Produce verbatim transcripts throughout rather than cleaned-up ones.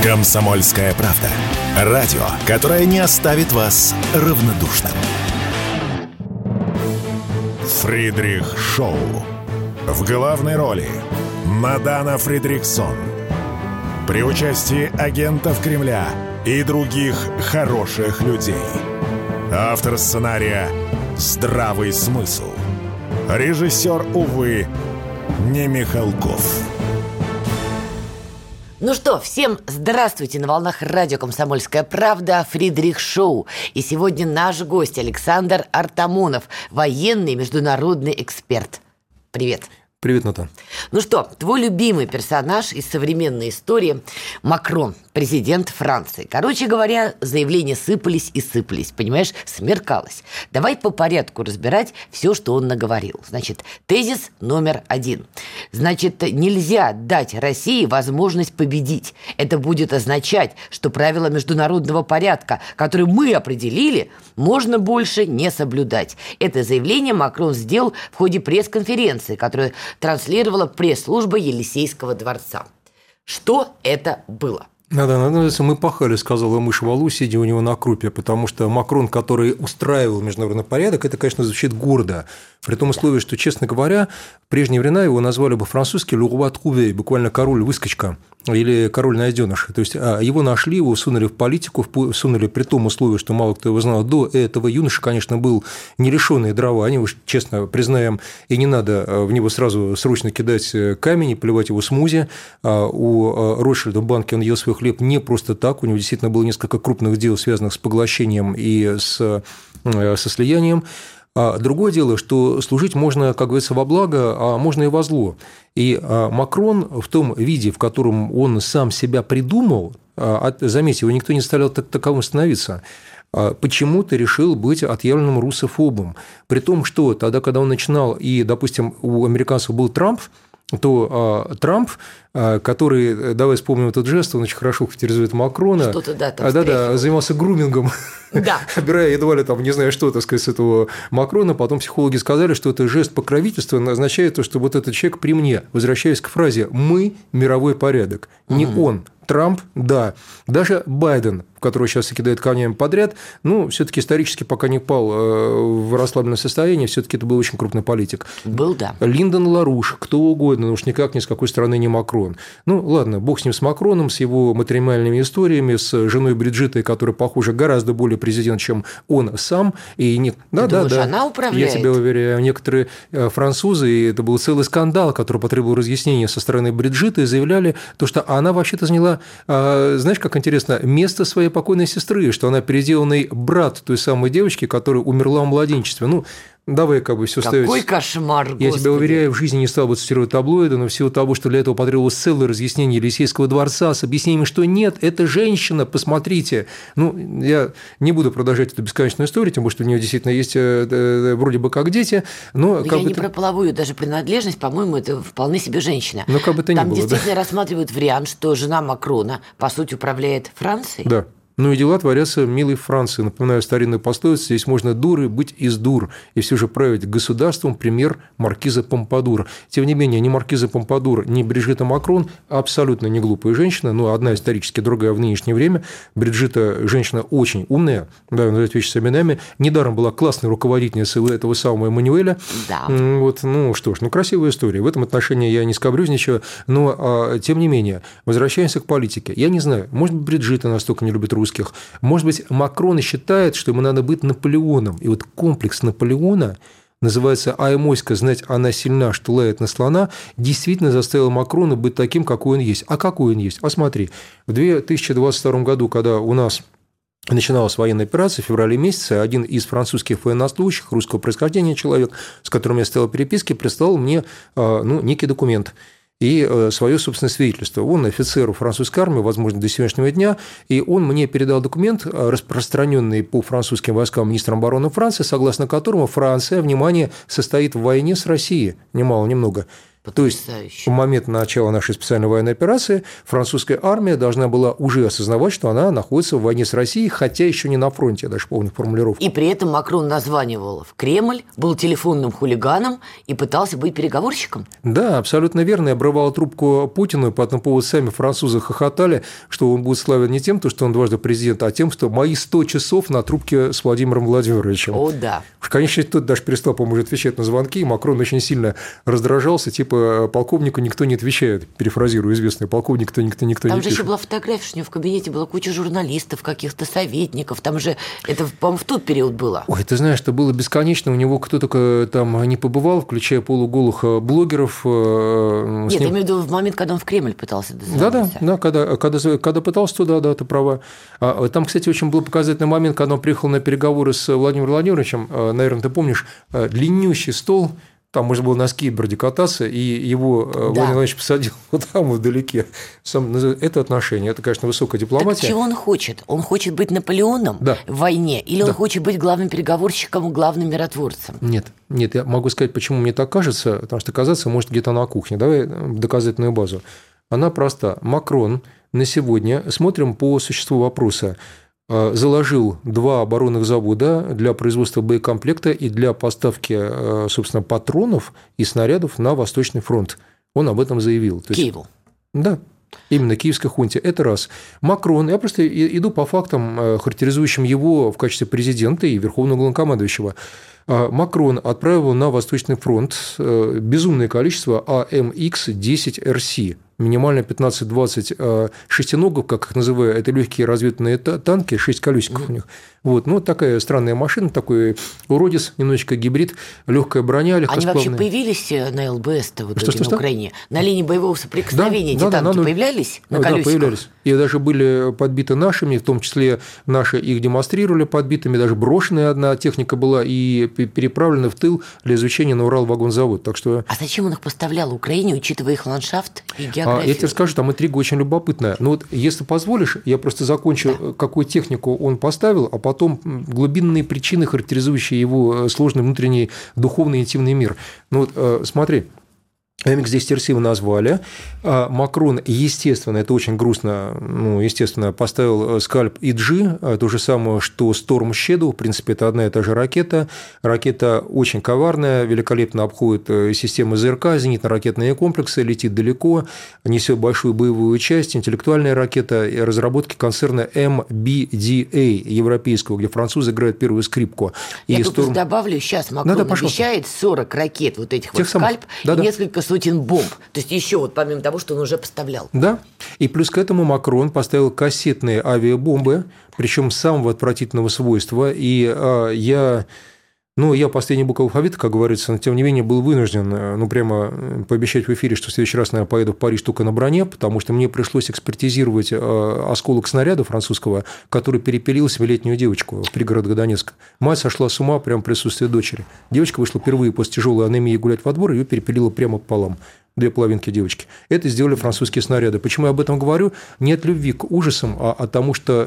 «Комсомольская правда». Радио, которое не оставит вас равнодушным. Фридрих Шоу. В главной роли Маданна Фридриксон. При участии агентов Кремля и других хороших людей. Автор сценария «Здравый смысл». Режиссер, увы, не Михалков. Ну что, всем здравствуйте, на волнах радио «Комсомольская правда», Фридрих Шоу. И сегодня наш гость Александр Артамонов, военный международный эксперт. Привет. Привет, Натан. Ну что, твой любимый персонаж из современной истории – Макрон, президент Франции. Короче говоря, заявления сыпались и сыпались, понимаешь, смеркалось. Давай по порядку разбирать все, что он наговорил. Значит, тезис номер один. Значит, нельзя дать России возможность победить. Это будет означать, что правила международного порядка, которые мы определили, можно больше не соблюдать. Это заявление Макрон сделал в ходе пресс-конференции, которую транслировала пресс-служба Елисейского дворца. Что это было? Да-да, мы пахали, сказала мышь Валу, сидя у него на крупе, потому что Макрон, который устраивал международный порядок, это, конечно, звучит гордо. При том условии, что, честно говоря, в прежние времена его назвали бы французский «le roi trouvé», буквально «король-выскочка» или «король-найденыш». То есть его нашли, его сунули в политику, сунули при том условии, что мало кто его знал. До этого юноша, конечно, был не лишенный дрова, они уж честно признаем, и не надо в него сразу срочно кидать камень и поливать его смузи. У Ротшильда в банке он ел свой хлеб не просто так, у него действительно было несколько крупных дел, связанных с поглощением и с, со слиянием. А другое дело, что служить можно, как говорится, во благо, а можно и во зло. И Макрон в том виде, в котором он сам себя придумал, заметьте, его никто не заставлял таковым становиться, почему-то решил быть отъявленным русофобом. При том, что тогда, когда он начинал, и, допустим, у американцев был Трамп, то а, Трамп, а, который, давай вспомним этот жест, он очень хорошо характеризует Макрона. Что-то, да, там да, да, занимался грумингом, да. обирая едва ли там, не знаю что, так сказать, с этого Макрона. Потом психологи сказали, что это жест покровительства означает то, что вот этот человек при мне, возвращаясь к фразе «мы – мировой порядок», не угу. он. Трамп, да. Даже Байден, в которого сейчас кидают камнями подряд, ну, все-таки исторически пока не впал в расслабленное состояние, все-таки это был очень крупный политик. Был, да. Линдон Ларуш, кто угодно, но уж никак ни с какой стороны не Макрон. Ну, ладно, бог с ним, с Макроном, с его матримoniальными историями, с женой Бриджитой, которая, похоже, гораздо более президент, чем он сам. И не... да, Ты да, думаешь, да. она управляет? Я тебя уверяю, некоторые французы, и это был целый скандал, который потребовал разъяснения со стороны Бриджиты, заявляли, то, что она вообще-то заняла, знаешь, как интересно, место своей покойной сестры, что она переделанный брат той самой девочки, которая умерла в младенчестве. Ну, давай как бы все ставить. Какой кошмар, Господи. Я тебя уверяю, в жизни не стал бы цитировать таблоиды, но в силу того, что для этого потребовалось целое разъяснение Елисейского дворца с объяснением, что нет, это женщина, посмотрите. Ну, я не буду продолжать эту бесконечную историю, тем более, что у нее действительно есть вроде бы как дети. Но, но как я бы не ты... про половую даже принадлежность, по-моему, это вполне себе женщина. Ну, как бы то ни Там было, действительно да? рассматривают вариант, что жена Макрона, по сути, управляет Францией. Да. Ну и дела творятся в милой Франции. Напоминаю старинную пословицу: здесь можно дуры быть из дур, и все же править государством пример маркиза Помпадур. Тем не менее, ни маркиза Помпадур, ни Бриджита Макрон абсолютно не глупая женщина, но одна исторически, другая в нынешнее время. Бриджита женщина очень умная, да, называть вещи с именами. Недаром была классной руководительницей этого самого Эммануэля. Да. Вот, ну что ж, ну красивая история. В этом отношении я не скабрёзничаю, но а, тем не менее, возвращаемся к политике. Я не знаю, может быть, Бриджита настолько не любит русских. Может быть, Макрон считает, что ему надо быть Наполеоном. И вот комплекс Наполеона, называется «Аймоська, знать она сильна, что лает на слона», действительно заставил Макрона быть таким, какой он есть. А какой он есть? А смотри, в две тысячи двадцать втором году, когда у нас начиналась военная операция в феврале месяце, один из французских военнослужащих, русского происхождения человек, с которым я стоял в переписке, прислал мне ну, некий документ и свое собственное свидетельство. Он офицер французской армии, возможно, до сегодняшнего дня, и он мне передал документ, распространенный по французским войскам министром обороны Франции, согласно которому Франция, внимание, состоит в войне с Россией, ни мало ни много. То есть в момент начала нашей специальной военной операции французская армия должна была уже осознавать, что она находится в войне с Россией, хотя еще не на фронте, я даже помню формулировку. И при этом Макрон названивал в Кремль, был телефонным хулиганом и пытался быть переговорщиком. Да, абсолютно верно. И обрывал трубку Путину, и по этому поводу сами французы хохотали, что он будет славен не тем, что он дважды президент, а тем, что мои сто часов на трубке с Владимиром Владимировичем. О, да. Конечно, тут даже перестал, по-моему, отвечать на звонки, и Макрон очень сильно раздражался, типа полковнику никто не отвечает, перефразирую известный, полковнику никто, никто там не пишет. Там же еще была фотография, что у него в кабинете была куча журналистов, каких-то советников, там же, это, по-моему, в тот период было. Ой, ты знаешь, это было бесконечно, у него кто только там не побывал, включая полуголых блогеров. Нет, ним... я имею в виду в момент, когда он в Кремль пытался дозвониться. Да-да, да, когда, когда, когда пытался туда, да, ты права. Там, кстати, очень был показательный момент, когда он приехал на переговоры с Владимиром Владимировичем, наверное, ты помнишь, длиннющий стол, там можно было на скейтборде кататься, и его да. Владимир Владимирович посадил вот там вдалеке. Это отношение, это, конечно, высокая дипломатия. Так чего он хочет? Он хочет быть Наполеоном да. в войне? Или да. он хочет быть главным переговорщиком, главным миротворцем? Нет, нет, я могу сказать, почему мне так кажется, потому что казаться может где-то на кухне. Давай доказательную базу. Она проста. Макрон на сегодня, смотрим по существу вопроса, заложил два оборонных завода для производства боекомплекта и для поставки, собственно, патронов и снарядов на Восточный фронт. Он об этом заявил. То есть, Киеву. Да. Именно киевской хунте. Это раз. Макрон, я просто иду по фактам, характеризующим его в качестве президента и верховного главнокомандующего. Макрон отправил на Восточный фронт безумное количество А М Х десять Р С. Минимально пятнадцать-двадцать шестиногов, как их называю, это легкие разведывательные танки, шесть колесиков mm. у них. Вот, ну, такая странная машина, такой уродец, немножечко гибрид, легкая броня, легкосплавная. Они вообще появились на Л Б С-то в итоге что, что, на что? Украине? На линии боевого соприкосновения да, эти да, танки да, появлялись на да, колесиках? Да, появлялись. И даже были подбиты нашими, в том числе наши их демонстрировали подбитыми, даже брошенная одна техника была и переправлена в тыл для изучения на Уралвагонзавод. Так что... А зачем он их поставлял Украине, учитывая их ландшафт и географию? А, я тебе скажу, там интрига очень любопытная. Но вот если позволишь, я просто закончу, да. какую технику он поставил, а потом глубинные причины, характеризующие его сложный внутренний духовный интимный мир. Ну вот смотри. А М Х десять Р С вы назвали. Макрон, естественно, это очень грустно, ну, естественно, поставил скальп И Джи, то же самое, что Storm Shadow, в принципе, это одна и та же ракета. Ракета очень коварная, великолепно обходит системы З Р К, зенитно-ракетные комплексы, летит далеко, несет большую боевую часть, интеллектуальная ракета, разработки концерна М Би Ди Эй европейского, где французы играют первую скрипку. Я и тут Storm... добавлю, сейчас Макрон да, да, обещает сорок ракет вот этих Тех вот скальп да, и да. несколько сотен бомб. То есть еще вот помимо того, что он уже поставлял. Да. И плюс к этому Макрон поставил кассетные авиабомбы, причем самого отвратительного свойства. И а, я, ну, я последний буква алфавита, как говорится, но тем не менее был вынужден, ну, прямо пообещать в эфире, что в следующий раз, наверное, поеду в Париж только на броне, потому что мне пришлось экспертизировать осколок снаряда французского, который перепилил семилетнюю девочку в пригородах Донецка. Мать сошла с ума прямо в присутствии дочери. Девочка вышла впервые после тяжелой анемии гулять во двор, ее перепилила прямо пополам. Две половинки девочки. Это сделали французские снаряды. Почему я об этом говорю? Не от любви к ужасам, а от того, что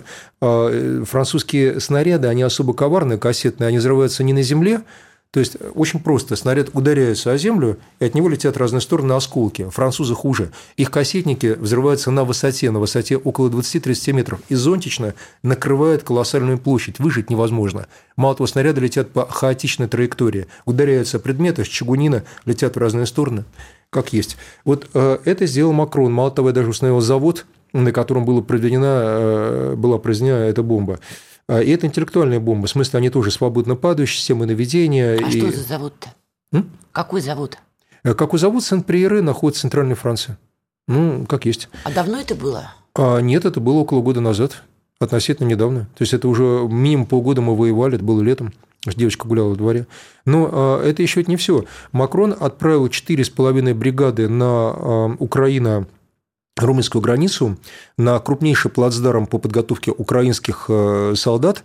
французские снаряды, они особо коварные, кассетные, они взрываются не на земле. То есть, очень просто. Снаряд ударяется о землю, и от него летят в разные стороны осколки. Французы хуже. Их кассетники взрываются на высоте, на высоте около двадцать-тридцать метров, и зонтично накрывают колоссальную площадь. Выжить невозможно. Мало того, снаряды летят по хаотичной траектории. Ударяются предметы с чугунина, летят в разные стороны. Как есть. Вот э, это сделал Макрон. Мало того, я даже установил завод, на котором была произведена, э, была произведена эта бомба. И это интеллектуальная бомба. В смысле, они тоже свободно падающие, системы наведения. А и... что за завод-то? М? Какой завод? Какой завод? Сен-Приере находится в Центральной Франции. Ну, как есть. А давно это было? А, нет, это было около года назад. Относительно недавно. То есть, это уже минимум полгода мы воевали, это было летом. Девочка гуляла во дворе. Но это еще не все. Макрон отправил четыре с половиной бригады на Украино-румынскую границу, на крупнейший плацдарм по подготовке украинских солдат,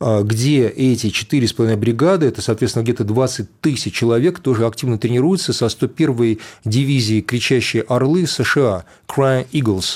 где эти четыре с половиной бригады, это, соответственно, где-то двадцать тысяч человек, тоже активно тренируются со сто первой дивизией «Кричащие орлы» США, Crying Eagles.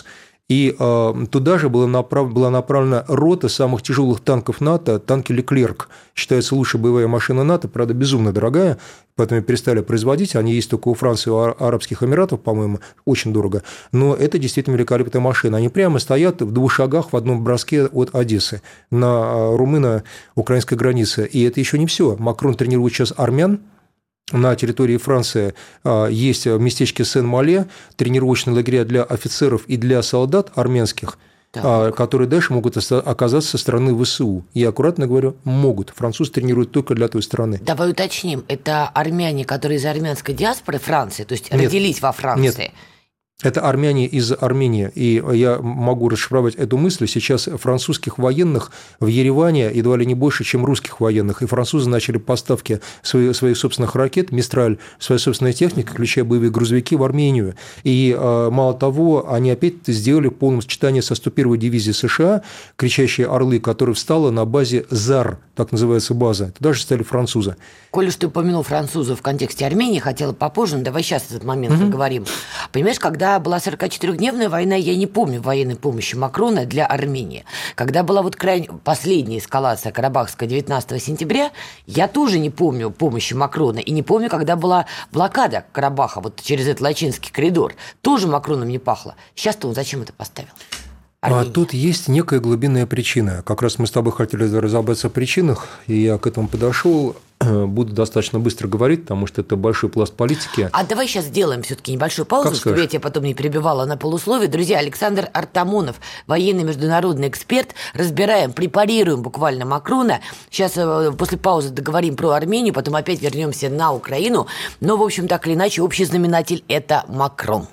И э, туда же была, направ... была направлена рота самых тяжелых танков НАТО, танки «Леклерк». Считается лучшая боевая машина НАТО, правда, безумно дорогая, поэтому перестали производить. Они есть только у Франции и у Арабских Эмиратов, по-моему, очень дорого. Но это действительно великолепная машина. Они прямо стоят в двух шагах в одном броске от Одессы на румыно-украинской границе. И это еще не все. Макрон тренирует сейчас армян. На территории Франции есть в местечке Сен-Мале тренировочные лагеря для офицеров и для солдат армянских, так. которые дальше могут оказаться со стороны ВСУ. Я аккуратно говорю, могут. Французы тренируют только для той страны. Давай уточним, это армяне, которые из армянской диаспоры Франции, то есть нет, родились во Франции? Нет. Это армяне из Армении, и я могу расшифровать эту мысль. Сейчас французских военных в Ереване едва ли не больше, чем русских военных, и французы начали поставки своих, своих собственных ракет, «Мистраль», своей собственной техники, включая боевые грузовики, в Армению. И мало того, они опять сделали полное сочетание со сто первой дивизией США, кричащие «Орлы», которая встала на базе ЗАР, так называется база. Туда же стали французы. Коль уж ты упомянул французов в контексте Армении, хотела попозже, но давай сейчас этот момент mm-hmm. поговорим. Понимаешь, когда была сорокачетырёхдневная война, я не помню военной помощи Макрона для Армении. Когда была вот крайне последняя эскалация Карабахская девятнадцатого сентября, я тоже не помню помощи Макрона. И не помню, когда была блокада Карабаха вот через этот Лачинский коридор. Тоже Макроном не пахло. Сейчас-то он зачем это поставил? А тут есть некая глубинная причина. Как раз мы с тобой хотели разобраться в причинах, и я к этому подошел. Буду достаточно быстро говорить, потому что это большой пласт политики. А давай сейчас сделаем все-таки небольшую паузу, чтобы я тебя потом не перебивала на полусловие. Друзья, Александр Артамонов, военный международный эксперт. Разбираем, препарируем буквально Макрона. Сейчас после паузы договорим про Армению, потом опять вернемся на Украину. Но, в общем, так или иначе, общий знаменатель – это Макрон.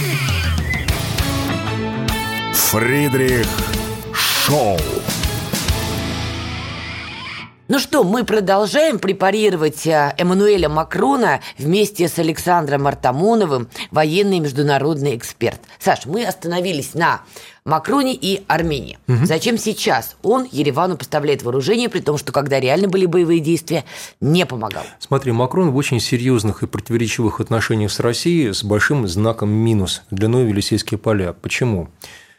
Фридрих Шоу. Ну что, мы продолжаем препарировать Эммануэля Макрона вместе с Александром Артамоновым, военный и международный эксперт. Саш, мы остановились на Макроне и Армении. Угу. Зачем сейчас он Еревану поставляет вооружение, при том, что когда реально были боевые действия, не помогал? Смотри, Макрон в очень серьезных и противоречивых отношениях с Россией с большим знаком минус длиной в Елисейские поля. Почему?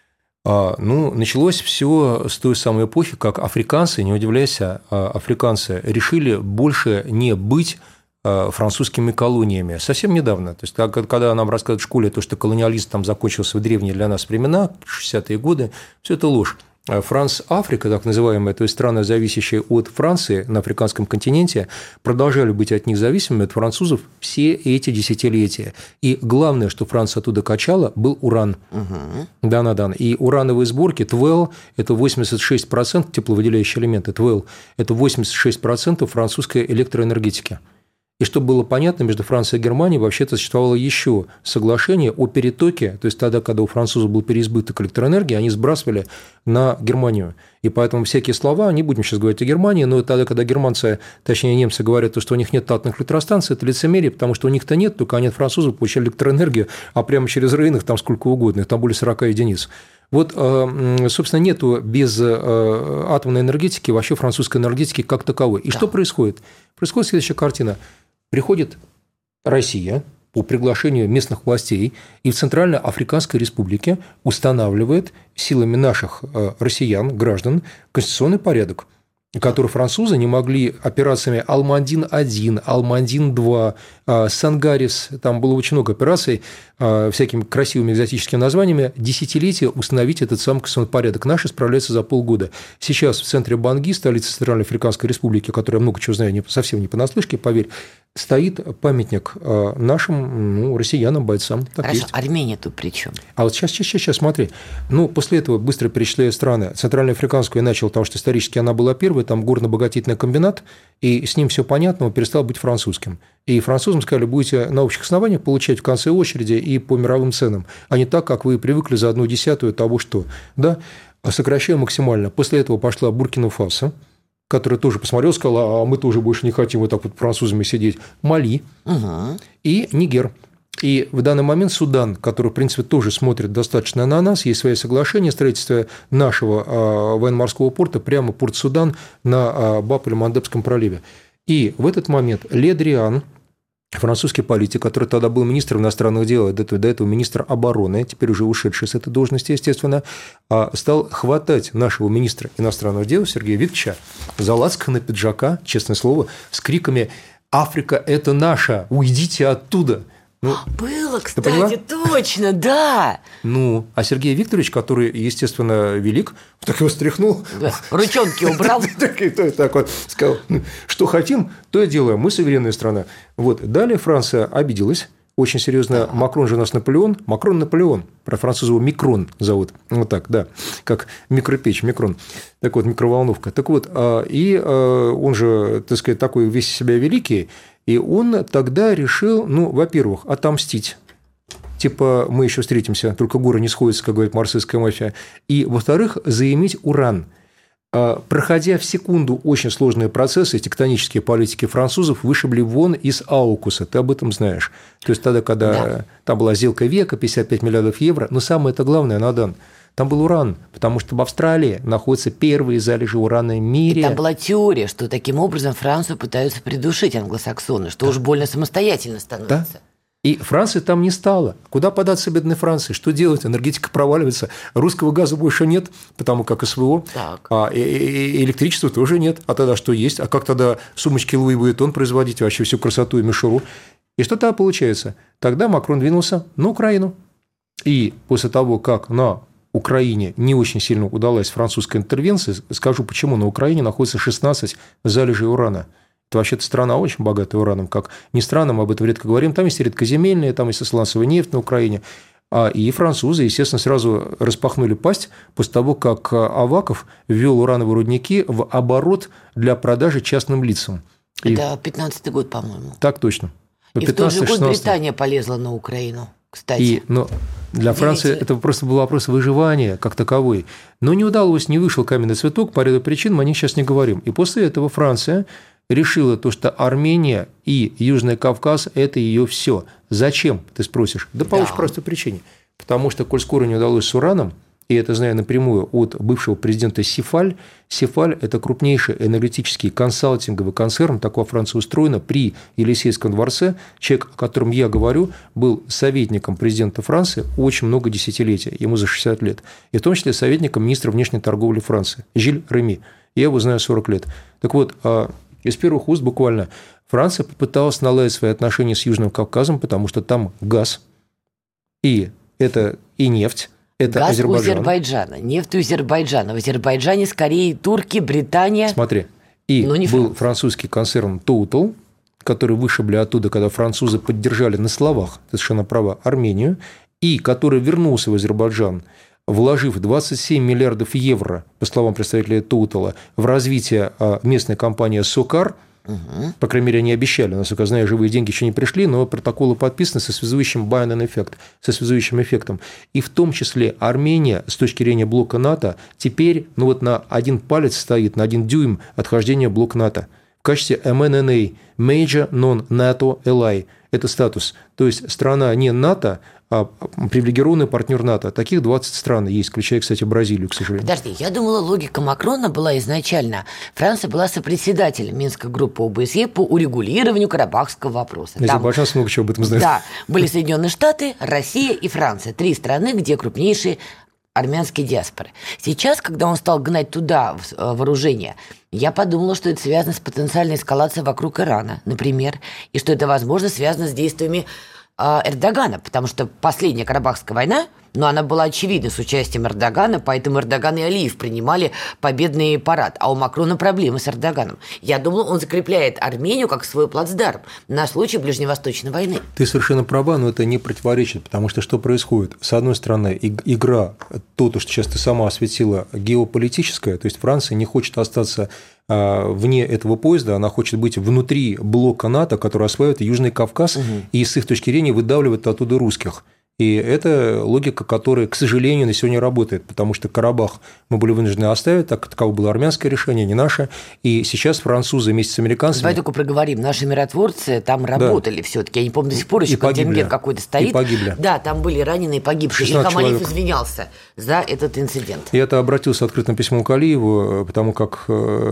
Ну, началось все с той самой эпохи, как африканцы, не удивляйся, африканцы решили больше не быть французскими колониями. Совсем недавно. То есть, когда нам рассказывают в школе то, что колониализм там закончился в древние для нас времена, шестидесятые годы, все это ложь. Франц-Африка, так называемая, то есть страны, зависящие от Франции на африканском континенте, продолжали быть от них зависимыми, от французов, все эти десятилетия. И главное, что Франция оттуда качала, был уран. Угу. Да-да-да. И урановые сборки, ТВЭЛ – это восемьдесят шесть процентов, тепловыделяющие элементы, ТВЭЛ – это восемьдесят шесть процентов французской электроэнергетики. И чтобы было понятно, между Францией и Германией вообще-то существовало еще соглашение о перетоке, то есть тогда, когда у французов был переизбыток электроэнергии, они сбрасывали на Германию. И поэтому всякие слова, не будем сейчас говорить о Германии, но тогда, когда германцы, точнее немцы говорят, что у них нет атомных электростанций, это лицемерие, потому что у них-то нет, только они от французов получали электроэнергию, а прямо через Рейн их там сколько угодно, их там более сорок единиц. Вот, собственно, нету без атомной энергетики вообще французской энергетики как таковой. И да. Что происходит? Происходит следующая картина. Приходит Россия по приглашению местных властей и в Центральноафриканской Республике устанавливает силами наших россиян, граждан, конституционный порядок, который французы не могли операциями Алмандин-один, Алмандин-два, Сангарис, там было очень много операций, всякими красивыми экзотическими названиями, десятилетия установить этот самый конституционный порядок. Наши справляются за полгода. Сейчас в центре Банги, столице Центральноафриканской Республики, которая много чего знаю, совсем не понаслышке, поверь, стоит памятник нашим ну, россиянам, бойцам. Так Хорошо, есть. Армения тут при чем? А вот сейчас, сейчас, сейчас, смотри. Ну, после этого быстро перечисляю страны. Центральноафриканскую я начал, потому что исторически она была первой, там горно-обогатительный комбинат, и с ним все понятно, он перестал быть французским. И французам сказали, будете на общих основаниях получать в конце очереди и по мировым ценам, а не так, как вы привыкли за одну десятую того, что. Да? Сокращаю максимально. После этого пошла Буркина-Фасо, который тоже посмотрел, сказал, а мы тоже больше не хотим вот так вот французами сидеть. Мали угу. и Нигер. И в данный момент Судан, который, в принципе, тоже смотрит достаточно на нас, есть свои соглашения, строительство нашего военно-морского порта, прямо порт Судан на Баб-эль-Мандебском проливе. И в этот момент Ле Дриан, французский политик, который тогда был министром иностранных дел, до этого, до этого министр обороны, теперь уже ушедший с этой должности, естественно, стал хватать нашего министра иностранных дел Сергея Викторовича за лацканы пиджака, честное слово, с криками «Африка – это наша! Уйдите оттуда!» Ну, было, кстати, точно, да. Ну, а Сергей Викторович, который, естественно, велик, так его стряхнул. Да, ручонки убрал. Так вот сказал, что хотим, то и делаем, мы суверенная страна. Вот. Далее Франция обиделась очень серьезно. Макрон же у нас Наполеон. Макрон Наполеон. Про француза его Микрон зовут. Вот так, да. Как микропечь, микрон. Так вот, микроволновка. Так вот, и он же, так сказать, такой весь из себя великий. И он тогда решил, ну, во-первых, отомстить. Типа, мы еще встретимся, только горы не сходятся, как говорит марсельская мафия. И, во-вторых, заиметь уран. Проходя в секунду очень сложные процессы, тектонические политики французов вышибли вон из аукуса. Ты об этом знаешь. То есть, тогда, когда да. там была сделка века, пятьдесят пять миллиардов евро, но самое-то главное, Надан, там был уран, потому что в Австралии находятся первые залежи урана в мире. И там была теория, что таким образом Францию пытаются придушить англосаксоны, что да. уж больно самостоятельно становится. Да. И Франции там не стало. Куда податься бедной Франции? Что делать? Энергетика проваливается. Русского газа больше нет, потому как СВО. Так. А электричества тоже нет. А тогда что есть? А как тогда сумочки Луи Вуиттон производить? Вообще всю красоту и мишуру. И что тогда получается? Тогда Макрон двинулся на Украину. И после того, как на Украине не очень сильно удалась французская интервенция, скажу почему, на Украине находится шестнадцать залежей урана. Это вообще-то страна очень богатая ураном, как ни странно, мы об этом редко говорим. Там есть редкоземельные, там есть сланцевая нефть на Украине. И французы, естественно, сразу распахнули пасть после того, как Аваков ввел урановые рудники в оборот для продажи частным лицам. Это пятнадцатый год, по-моему. Так точно. И в тот же год Британия полезла на Украину, кстати. И, но для Франции это просто был вопрос выживания как таковой. Но не удалось, не вышел каменный цветок, по ряду причин мы о них сейчас не говорим. И после этого Франция решила то, что Армения и Южный Кавказ – это ее все. Зачем, ты спросишь? Да по да. очень простой причине. Потому что, коль скоро не удалось с ураном, и это знаю напрямую от бывшего президента Сифаль, Сифаль – это крупнейший энергетический консалтинговый концерн, так во Франции устроено, при Елисейском дворце. Человек, о котором я говорю, был советником президента Франции очень много десятилетий, ему за шестьдесят лет, и в том числе советником министра внешней торговли Франции, Жиль Реми. Я его знаю сорок лет. Так вот, из первых уст буквально Франция попыталась наладить свои отношения с Южным Кавказом, потому что там газ, и это и нефть. Это газ Азербайджан. у Азербайджана, нефть у Азербайджана. В Азербайджане скорее турки, Британия. Смотри, и был Франция. Французский концерн Total, который вышибли оттуда, когда французы поддержали на словах, ты совершенно права, Армению, и который вернулся в Азербайджан, вложив двадцать семь миллиардов евро, по словам представителей Total, в развитие местной компании «Сокар». Угу. По крайней мере, они обещали, насколько я знаю, живые деньги еще не пришли, но протоколы подписаны со связующим buy-in эффект, со связующим эффектом. И в том числе Армения, с точки зрения блока НАТО, теперь ну вот на один палец стоит, на один дюйм отхождения блока НАТО. В качестве эм эн эн эй – Major Non-NATO Ally – это статус. То есть, страна не НАТО, а привилегированный партнер НАТО. Таких двадцать стран есть, включая, кстати, Бразилию, к сожалению. Подожди, я думала, логика Макрона была изначально. Франция была сопредседателем Минской группы о бэ эс е по урегулированию карабахского вопроса. Азербайджан много чего об этом знает. Да, были Соединенные Штаты, Россия и Франция. Три страны, где крупнейшие армянские диаспоры. Сейчас, когда он стал гнать туда вооружение, я подумала, что это связано с потенциальной эскалацией вокруг Ирана, например, и что это, возможно, связано с действиями Эрдогана, потому что последняя Карабахская война, но она была очевидна с участием Эрдогана, поэтому Эрдоган и Алиев принимали победный парад, а у Макрона проблемы с Эрдоганом. Я думала, он закрепляет Армению как свой плацдарм на случай Ближневосточной войны. Ты совершенно права, но это не противоречит, потому что что происходит? С одной стороны, игра, то, что сейчас ты сама осветила, геополитическая, то есть Франция не хочет остаться вне этого поезда, она хочет быть внутри блока НАТО, который осваивает Южный Кавказ, угу. и с их точки зрения выдавливает оттуда русских. И это логика, которая, к сожалению, на сегодня работает, потому что Карабах мы были вынуждены оставить, так как таково было армянское решение, не наше. И сейчас французы вместе с американцами… Давай только проговорим. Наши миротворцы там работали да. все-таки. Я не помню, до сих пор еще контингент какой-то стоит. И погибли. Да, там были раненые, погибшие. И Хамалиев извинялся за этот инцидент. Я-то обратился с открытым письмом к Алиеву, потому как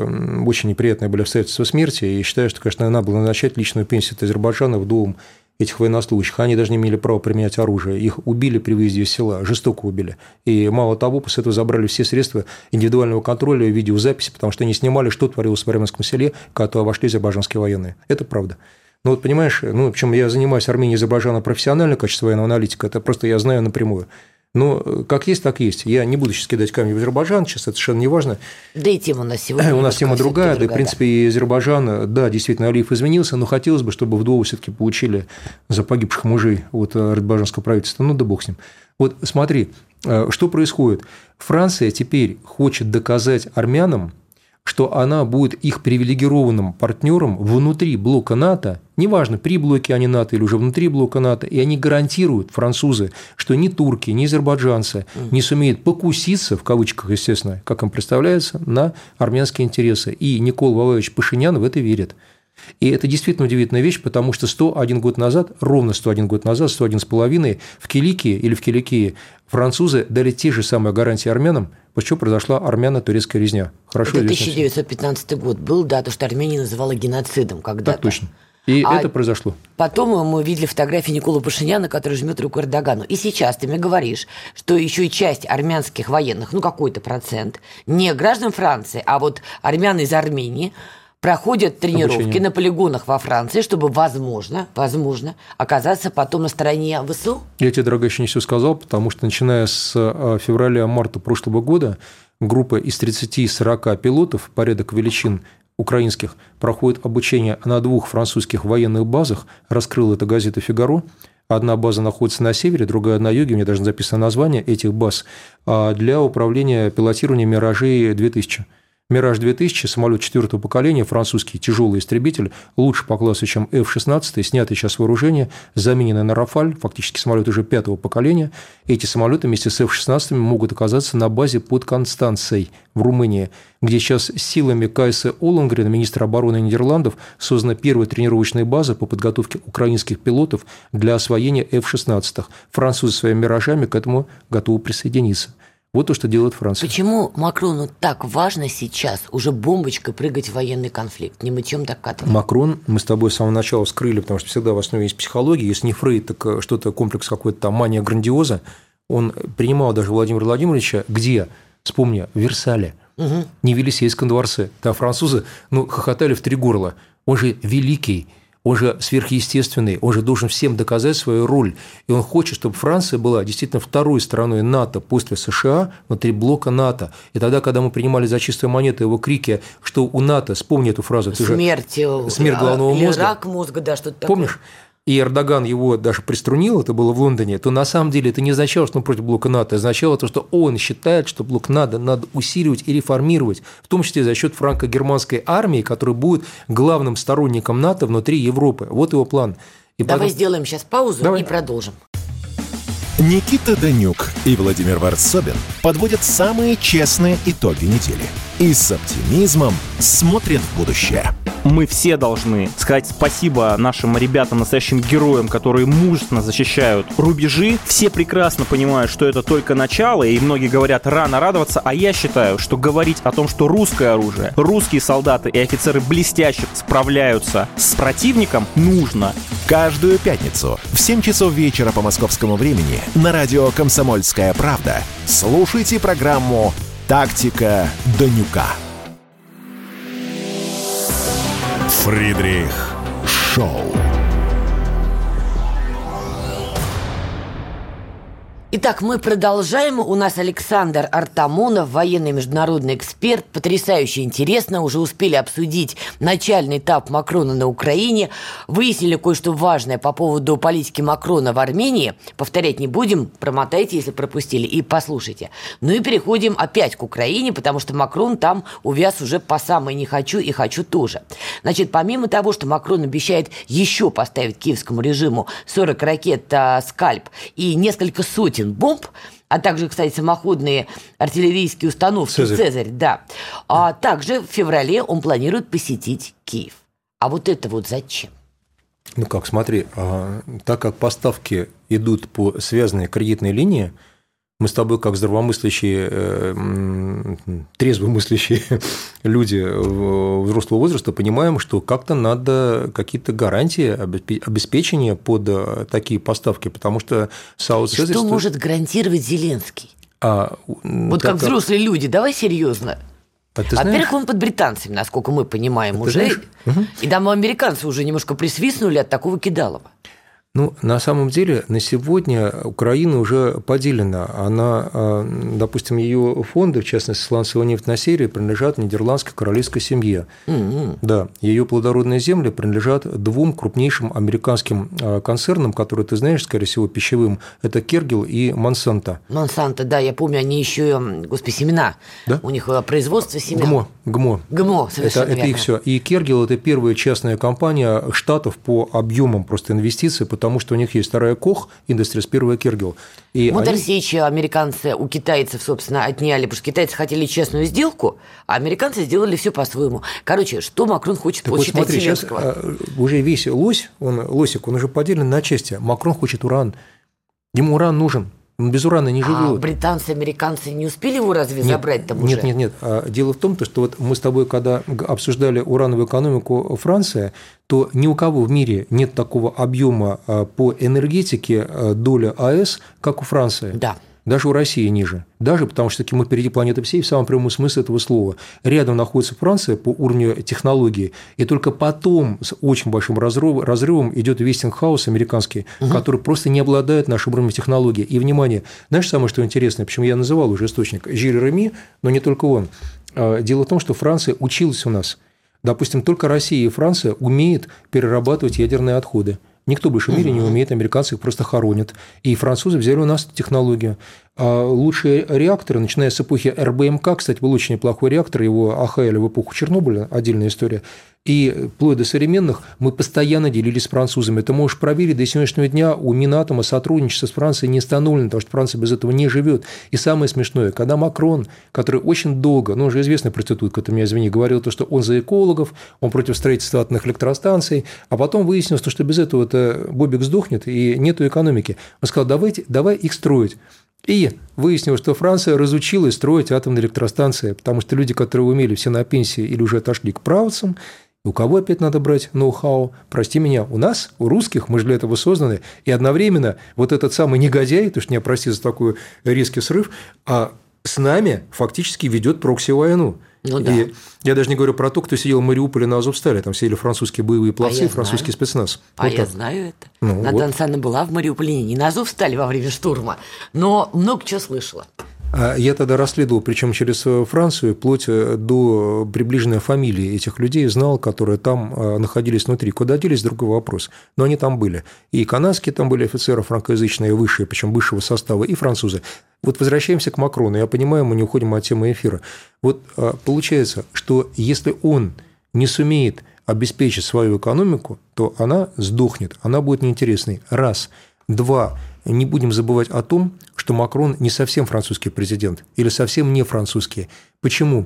очень неприятные были обстоятельства смерти, и считаю, что, конечно, надо было начать личную пенсию от Азербайджана вдовам этих военнослужащих. Они даже не имели права применять оружие. Их убили при выезде из села, жестоко убили. И мало того, после этого забрали все средства индивидуального контроля, видеозаписи, потому что они снимали, что творилось в армянском селе, когда вошли азербайджанские военные. Это правда. Ну вот понимаешь, ну, причем я занимаюсь Арменией и Азербайджаном профессионально в качестве военного аналитика, это просто я знаю напрямую. Но как есть, так есть. Я не буду сейчас кидать камни в Азербайджан, сейчас это совершенно не важно. Да и тема у нас сегодня. У нас тема другая, да, и, в принципе, и Азербайджан, да, действительно, Алиев изменился, но хотелось бы, чтобы вдовы все-таки получили за погибших мужей от азербайджанского правительства. Ну да бог с ним. Вот смотри, что происходит. Франция теперь хочет доказать армянам, что она будет их привилегированным партнером внутри блока НАТО, неважно, при блоке они НАТО или уже внутри блока НАТО, и они гарантируют, французы, что ни турки, ни азербайджанцы не сумеют покуситься, в кавычках, естественно, как им представляется, на армянские интересы. И Никол Валерьевич Пашинян в это верит. И это действительно удивительная вещь, потому что сто один год назад, ровно сто один год назад, сто один с половиной, в Киликии или в Киликии французы дали те же самые гарантии армянам, после чего произошла армяно-турецкая резня. Хорошо это тысяча девятьсот пятнадцатый год был, да, то, что Армения называла геноцидом когда-то. Так точно. И а это произошло. Потом мы видели фотографии Николы Пашиняна, который жмет руку Эрдогану. И сейчас ты мне говоришь, что еще и часть армянских военных, ну какой-то процент, не граждан Франции, а вот армян из Армении, проходят тренировки Обучение. на полигонах во Франции, чтобы, возможно, возможно, оказаться потом на стороне ВСУ? Я тебе, дорогая, еще не все сказал, потому что, начиная с февраля-марта прошлого года, группа из тридцати-сорока пилотов, порядок величин украинских, проходит обучение на двух французских военных базах. Раскрыла это газета «Фигаро». Одна база находится на севере, другая на юге, мне даже записано название этих баз, для управления пилотированием «Миражей-две тысячи». «Мираж-две тысячи», самолет четвертого поколения, французский тяжелый истребитель, лучше по классу, чем эф шестнадцать, снятый сейчас с вооружения, замененный на «Рафаль», фактически самолет уже пятого поколения. Эти самолеты вместе с эф шестнадцать могут оказаться на базе под Констанцией в Румынии, где сейчас силами Кайса Оллонгрена, министра обороны Нидерландов, создана первая тренировочная база по подготовке украинских пилотов для освоения эф шестнадцать. Французы своими «Миражами» к этому готовы присоединиться. Вот то, что делает Франция. Почему Макрону так важно сейчас уже бомбочкой прыгать в военный конфликт, не мытьем так котом? Макрон, мы с тобой с самого начала вскрыли, потому что всегда в основе есть психология, если не Фрейд, так что-то комплекс какой-то там, мания грандиоза. Он принимал даже Владимира Владимировича, где, вспомни, в Версале, угу. не в Елисейском дворце. Там французы ну, хохотали в три горла. Он же великий. Он же сверхъестественный, он же должен всем доказать свою роль. И он хочет, чтобы Франция была действительно второй страной НАТО после США внутри блока НАТО. И тогда, когда мы принимали за чистую монету его крики, что у НАТО, вспомни эту фразу, ты смерть, же, смерть головного или мозга. рак мозга, да, что-то такое. Помнишь? И Эрдоган его даже приструнил, это было в Лондоне, то на самом деле это не означало, что он против блока НАТО, это означало то, что он считает, что блок НАТО надо усиливать и реформировать, в том числе за счет франко-германской армии, которая будет главным сторонником НАТО внутри Европы. Вот его план. И Давай потом... сделаем сейчас паузу Давай. и продолжим. Никита Данюк и Владимир Варсобин подводят самые честные итоги недели и с оптимизмом смотрят в будущее. Мы все должны сказать спасибо нашим ребятам, настоящим героям, которые мужественно защищают рубежи. Все прекрасно понимают, что это только начало, и многие говорят рано радоваться, а я считаю, что говорить о том, что русское оружие, русские солдаты и офицеры блестяще справляются с противником, нужно. Каждую пятницу в семь часов вечера по московскому времени на радио «Комсомольская правда» слушайте программу «Тактика Данюка». Фридрих Шоу. Итак, мы продолжаем. У нас Александр Артамонов, военный международный эксперт. Потрясающе интересно. Уже успели обсудить начальный этап Макрона на Украине. Выяснили кое-что важное по поводу политики Макрона в Армении. Повторять не будем. Промотайте, если пропустили, и послушайте. Ну и переходим опять к Украине, потому что Макрон там увяз уже по самой не хочу и хочу тоже. Значит, помимо того, что Макрон обещает еще поставить киевскому режиму сорок ракет «Скальп» и несколько сотен бомб, а также, кстати, самоходные артиллерийские установки «Цезарь», «Цезарь», да. А также в феврале он планирует посетить Киев. А вот это вот зачем? Ну как, смотри, а, так как поставки идут по связанной кредитной линии, мы с тобой, как здравомыслящие, э, трезвомыслящие люди взрослого возраста, понимаем, что как-то надо какие-то гарантии, обеспечения под такие поставки, потому что Саус Цезарь... Что может гарантировать Зеленский? А, вот как, как взрослые люди, давай серьезно. А Во-первых, он под британцами, насколько мы понимаем, а уже. Угу. И там американцы уже немножко присвистнули от такого кидалова. Ну, на самом деле, на сегодня Украина уже поделена. Она, допустим, ее фонды, в частности, сланцевая нефть на Сирии, принадлежат нидерландской королевской семье. Mm-hmm. Да, ее плодородные земли принадлежат двум крупнейшим американским концернам, которые, ты знаешь, скорее всего, пищевым. Это Кергел и Монсанто. Монсанто, да, я помню, они еще, господи, семена. Да? У них производство семян. ГМО. ГМО. ГМО, совершенно это, это их все. И Кергел – это первая частная компания Штатов по объемам просто инвестиций, потому что у них есть вторая Кох Industries, первая Кергел. Мотор Сечи американцы у китайцев, собственно, отняли, потому что китайцы хотели честную сделку, а американцы сделали все по-своему. Короче, что Макрон хочет так получить вот смотри, от Зеленского? Сейчас уже весь лось, он, лосик, он уже поделен на части. Макрон хочет уран. Ему уран нужен. Он без урана не живет. А британцы, американцы не успели его разве нет, забрать там нет, уже? Нет, нет, нет. Дело в том, что вот мы с тобой, когда обсуждали урановую экономику Франции, то ни у кого в мире нет такого объема по энергетике доля АЭС, как у Франции. Да. Даже у России ниже. Даже потому, что мы впереди планеты всей в самом прямом смысле этого слова. Рядом находится Франция по уровню технологий, и только потом с очень большим разрывом идет Вестингхаус американский, угу. который просто не обладает нашим уровнем технологий. И, внимание, знаешь, самое что интересное, почему я называл уже источник, Жиль Реми, но не только он. Дело в том, что Франция училась у нас. Допустим, только Россия и Франция умеют перерабатывать ядерные отходы. Никто больше в мире не умеет, американцы их просто хоронят. И французы взяли у нас технологию. А лучшие реакторы, начиная с эпохи эр бэ эм ка, кстати, был очень неплохой реактор, его охаяли в эпоху Чернобыля, отдельная история. И вплоть до современных мы постоянно делились с французами. Ты можешь проверить, до сегодняшнего дня у Минатома сотрудничество с Францией не установлено, потому что Франция без этого не живет. И самое смешное, когда Макрон, который очень долго, ну, уже известный проститутка, ты меня извини, говорил то, что он за экологов, он против строительства атомных электростанций, а потом выяснилось, что без этого-то Бобик сдохнет и нету экономики. Он сказал, давайте, давай их строить. И выяснилось, что Франция разучилась строить атомные электростанции, потому что люди, которые умели, все на пенсии или уже отошли к правцам. У кого опять надо брать ноу-хау? Прости меня, у нас, у русских, мы же для этого созданы, и одновременно вот этот самый негодяй, то, что меня прости за такой резкий срыв, а с нами фактически ведет прокси-войну. Ну, да. И я даже не говорю про то, кто сидел в Мариуполе на Азовстале, там сидели французские боевые пловцы, а французский знаю. спецназ. А вот я так. знаю это. Ну, Надя вот. Ансана была в Мариуполе, не на Азовстале во время штурма, но много чего слышала. Я тогда расследовал, причем через Францию, вплоть до приближенной фамилии этих людей, знал, которые там находились внутри. Куда делись, другой вопрос. Но они там были. И канадские там были офицеры франкоязычные, высшие, причем высшего состава, и французы. Вот возвращаемся к Макрону. Я понимаю, мы не уходим от темы эфира. Вот получается, что если он не сумеет обеспечить свою экономику, то она сдохнет, она будет неинтересной. Раз. Два. Не будем забывать о том, что Макрон не совсем французский президент или совсем не французский. Почему?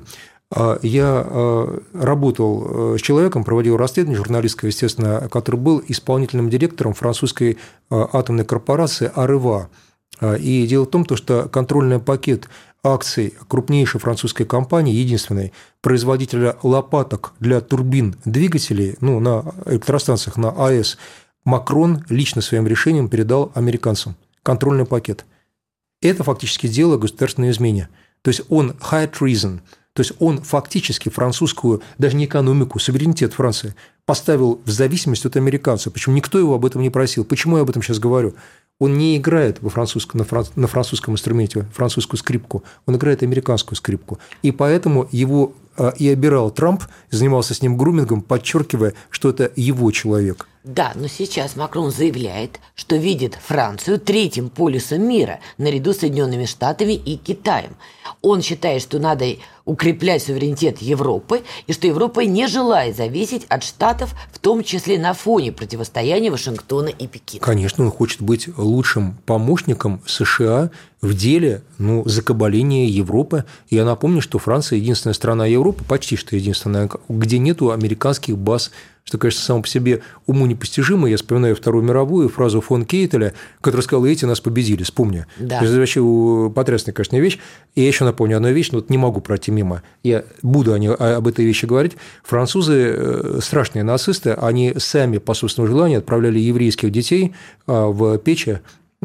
Я работал с человеком, проводил расследование журналистское, естественно, который был исполнительным директором французской атомной корпорации Арева. И дело в том, что контрольный пакет акций крупнейшей французской компании, единственной, производителя лопаток для турбин двигателей, ну, на электростанциях, на АЭС, Макрон лично своим решением передал американцам контрольный пакет. Это фактически дело о государственной измене. То есть он high treason, то есть он фактически французскую, даже не экономику, суверенитет Франции поставил в зависимость от американцев. Причем никто его об этом не просил. Почему я об этом сейчас говорю? Он не играет во французском, на, фран, на французском инструменте французскую скрипку, он играет американскую скрипку. И поэтому его и обирал Трамп, занимался с ним грумингом, подчеркивая, что это его человек. Да, но сейчас Макрон заявляет, что видит Францию третьим полюсом мира, наряду с Соединенными Штатами и Китаем. Он считает, что надо укреплять суверенитет Европы, и что Европа не желает зависеть от Штатов, в том числе на фоне противостояния Вашингтона и Пекина. Конечно, он хочет быть лучшим помощником США в деле ну, закабаления Европы. Я напомню, что Франция единственная страна Европы, почти что единственная, где нету американских баз, что, конечно, само по себе уму непостижимо. Я вспоминаю Вторую мировую фразу фон Кейтеля, который сказал: эти нас победили, вспомни. Да. Это вообще потрясная, конечно, вещь. И я еще напомню одну вещь, но вот не могу пройти мимо. Я буду об этой вещи говорить. Французы, страшные нацисты, они сами по собственному желанию отправляли еврейских детей в печи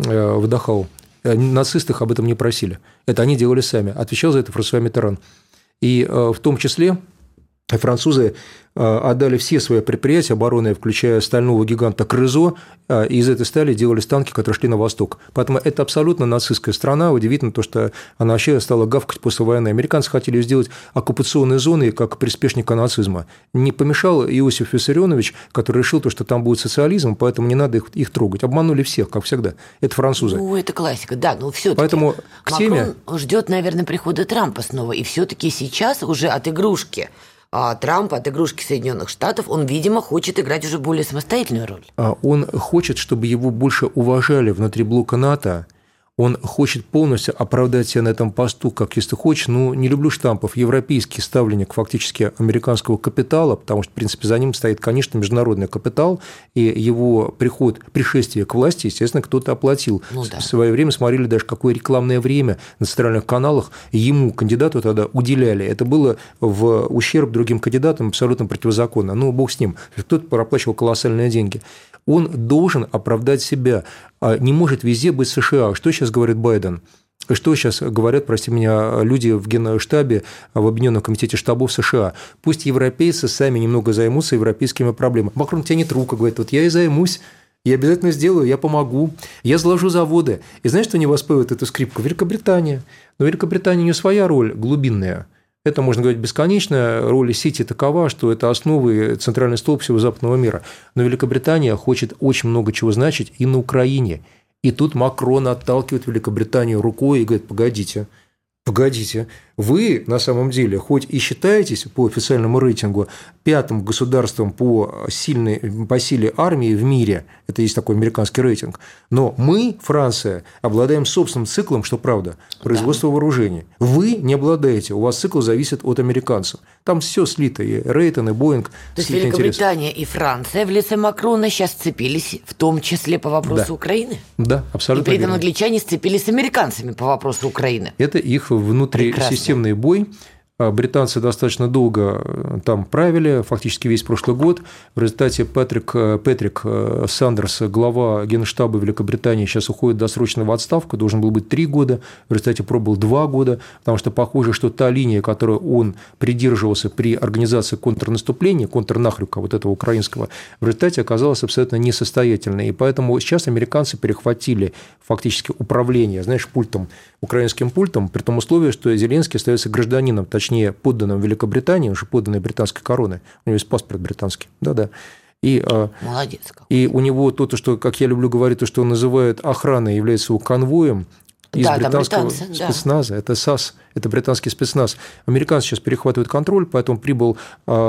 в Дахау. Нацисты их об этом не просили. Это они делали сами. Отвечал за это Франсуа Миттеран. И в том числе французы отдали все свои предприятия оборонные, включая стального гиганта Крызо, и из этой стали делали танки, которые шли на восток. Поэтому это абсолютно нацистская страна. Удивительно то, что она вообще стала гавкать после войны. Американцы хотели ее сделать оккупационной зоной, как приспешника нацизма. Не помешал Иосиф Виссарионович, который решил, то, что там будет социализм, поэтому не надо их, их трогать. Обманули всех, как всегда. Это французы. Ну, это классика, да, но все-таки Поэтому к теме... Макрон ждет, наверное, прихода Трампа снова, и все-таки сейчас уже от игрушки А Трамп от игрушки Соединенных Штатов, он, видимо, хочет играть уже более самостоятельную роль. Он хочет, чтобы его больше уважали внутри блока НАТО. Он хочет полностью оправдать себя на этом посту, как если хочешь. Ну, не люблю штампов. Европейский ставленник фактически американского капитала, потому что, в принципе, за ним стоит, конечно, международный капитал, и его приход, пришествие к власти, естественно, кто-то оплатил. Ну, да. В свое время смотрели даже, какое рекламное время на центральных каналах ему, кандидату, тогда уделяли. Это было в ущерб другим кандидатам абсолютно противозаконно. Ну, бог с ним. Кто-то проплачивал колоссальные деньги. Он должен оправдать себя, не может везде быть США. Что сейчас говорит Байден? Что сейчас говорят, прости меня, люди в Генштабе, в Объединенном комитете штабов США? Пусть европейцы сами немного займутся европейскими проблемами. Макрон тянет руку, говорит: вот я и займусь, я обязательно сделаю, я помогу, я заложу заводы. И знаешь, что не воспевает эту скрипку? Великобритания. Но Великобритания не своя роль глубинная. Это, можно говорить, бесконечно. Роль Сити такова, что это основы, центральный столб всего западного мира. Но Великобритания хочет очень много чего значить и на Украине. И тут Макрон отталкивает Великобританию рукой и говорит: погодите, погодите, вы на самом деле хоть и считаетесь по официальному рейтингу пятым государством по, сильной, по силе армии в мире, это есть такой американский рейтинг, но мы, Франция, обладаем собственным циклом, что правда, производства да. вооружений. Вы не обладаете, у вас цикл зависит от американцев. Там все слито, и Рейтон, и Боинг. То есть Великобритания и Франция в лице Макрона сейчас сцепились, в том числе по вопросу да. Украины? Да, абсолютно. И при этом верно. Англичане сцепились с американцами по вопросу Украины. Это их внутрисистемный бой. Британцы достаточно долго там правили, фактически весь прошлый год. В результате Патрик, Патрик Сандерс, глава Генштаба Великобритании, сейчас уходит досрочно в отставку, должен был быть три года, в результате пробыл два года, потому что похоже, что та линия, которую он придерживался при организации контрнаступления, контрнахрюка вот этого украинского, в результате оказалась абсолютно несостоятельной. И поэтому сейчас американцы перехватили фактически управление, знаешь, пультом, украинским пультом, при том условии, что Зеленский остается гражданином, точнее, Точнее, подданным Великобритании, он же подданный британской короны, у него есть паспорт британский, да-да. И, Молодец. И у него то, что, как я люблю говорить, то, что он называет охраной, является его конвоем из да, британского спецназа, да. Это САС, это британский спецназ. Американцы сейчас перехватывают контроль, поэтому прибыл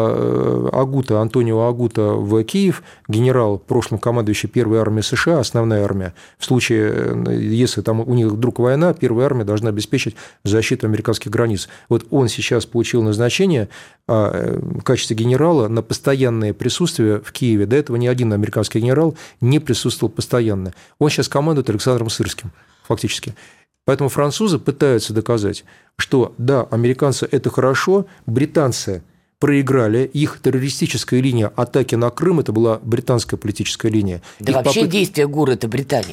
Агута, Антонио Агута в Киев, генерал, в прошлом командующий первой армией США, основная армия. В случае, если там у них вдруг война, первая армия должна обеспечить защиту американских границ. Вот он сейчас получил назначение в качестве генерала на постоянное присутствие в Киеве. До этого ни один американский генерал не присутствовал постоянно. Он сейчас командует Александром Сырским. Фактически. Поэтому французы пытаются доказать, что да, американцы – это хорошо, британцы проиграли, их террористическая линия атаки на Крым – это была британская политическая линия. Да их вообще попыт... действие ГУР – это Британия.